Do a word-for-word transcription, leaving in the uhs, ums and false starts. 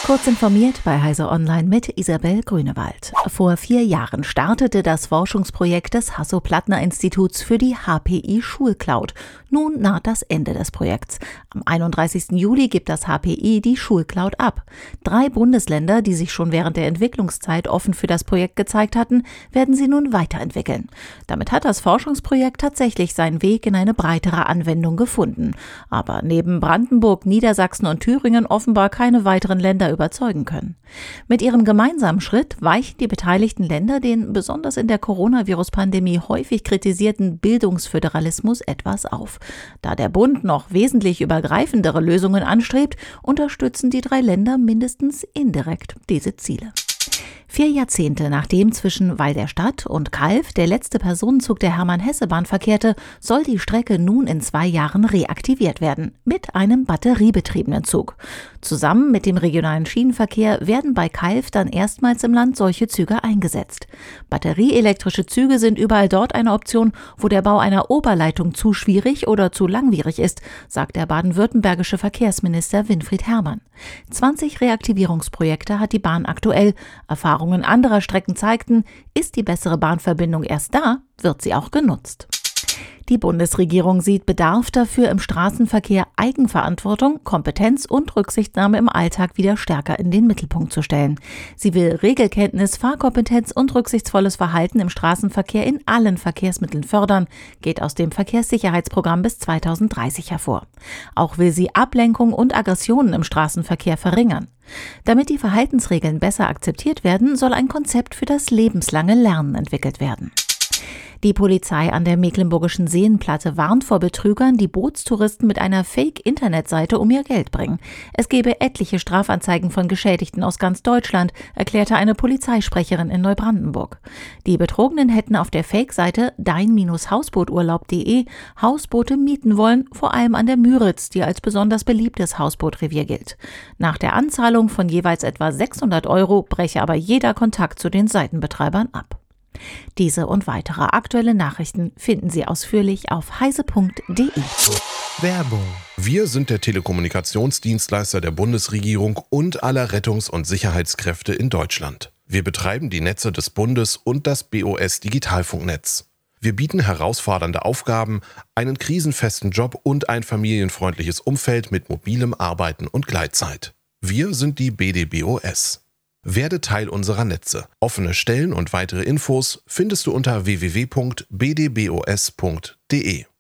Kurz informiert bei Heise Online mit Isabel Grünewald. Vor vier Jahren startete das Forschungsprojekt des Hasso-Plattner-Instituts für die H P I-Schulcloud. Nun naht das Ende des Projekts. Am einunddreißigsten Juli gibt das H P I die Schulcloud ab. Drei Bundesländer, die sich schon während der Entwicklungszeit offen für das Projekt gezeigt hatten, werden sie nun weiterentwickeln. Damit hat das Forschungsprojekt tatsächlich seinen Weg in eine breitere Anwendung gefunden. Aber neben Brandenburg, Niedersachsen und Thüringen offenbar keine weiteren Länder überzeugen können. Mit ihrem gemeinsamen Schritt weichen die beteiligten Länder den besonders in der Coronavirus-Pandemie häufig kritisierten Bildungsföderalismus etwas auf. Da der Bund noch wesentlich übergreifendere Lösungen anstrebt, unterstützen die drei Länder mindestens indirekt diese Ziele. Vier Jahrzehnte nachdem zwischen Weil der Stadt und Calw der letzte Personenzug der Hermann-Hesse-Bahn verkehrte, soll die Strecke nun in zwei Jahren reaktiviert werden, mit einem batteriebetriebenen Zug. Zusammen mit dem regionalen Schienenverkehr werden bei Calw dann erstmals im Land solche Züge eingesetzt. Batterieelektrische Züge sind überall dort eine Option, wo der Bau einer Oberleitung zu schwierig oder zu langwierig ist, sagt der baden-württembergische Verkehrsminister Winfried Herrmann. zwanzig Reaktivierungsprojekte hat die Bahn aktuell. Erfahrungen anderer Strecken zeigten, ist die bessere Bahnverbindung erst da, wird sie auch genutzt. Die Bundesregierung sieht Bedarf dafür, im Straßenverkehr Eigenverantwortung, Kompetenz und Rücksichtnahme im Alltag wieder stärker in den Mittelpunkt zu stellen. Sie will Regelkenntnis, Fahrkompetenz und rücksichtsvolles Verhalten im Straßenverkehr in allen Verkehrsmitteln fördern, geht aus dem Verkehrssicherheitsprogramm bis zweitausenddreißig hervor. Auch will sie Ablenkung und Aggressionen im Straßenverkehr verringern. Damit die Verhaltensregeln besser akzeptiert werden, soll ein Konzept für das lebenslange Lernen entwickelt werden. Die Polizei an der Mecklenburgischen Seenplatte warnt vor Betrügern, die Bootstouristen mit einer Fake-Internetseite um ihr Geld bringen. Es gebe etliche Strafanzeigen von Geschädigten aus ganz Deutschland, erklärte eine Polizeisprecherin in Neubrandenburg. Die Betrogenen hätten auf der Fake-Seite dein Hausbooturlaub punkt de Hausboote mieten wollen, vor allem an der Müritz, die als besonders beliebtes Hausbootrevier gilt. Nach der Anzahlung von jeweils etwa sechshundert Euro breche aber jeder Kontakt zu den Seitenbetreibern ab. Diese und weitere aktuelle Nachrichten finden Sie ausführlich auf heise punkt de. Werbung. Wir sind der Telekommunikationsdienstleister der Bundesregierung und aller Rettungs- und Sicherheitskräfte in Deutschland. Wir betreiben die Netze des Bundes und das B O S-Digitalfunknetz. Wir bieten herausfordernde Aufgaben, einen krisenfesten Job und ein familienfreundliches Umfeld mit mobilem Arbeiten und Gleitzeit. Wir sind die B D B O S. Werde Teil unserer Netze. Offene Stellen und weitere Infos findest du unter w w w punkt b d b o s punkt de.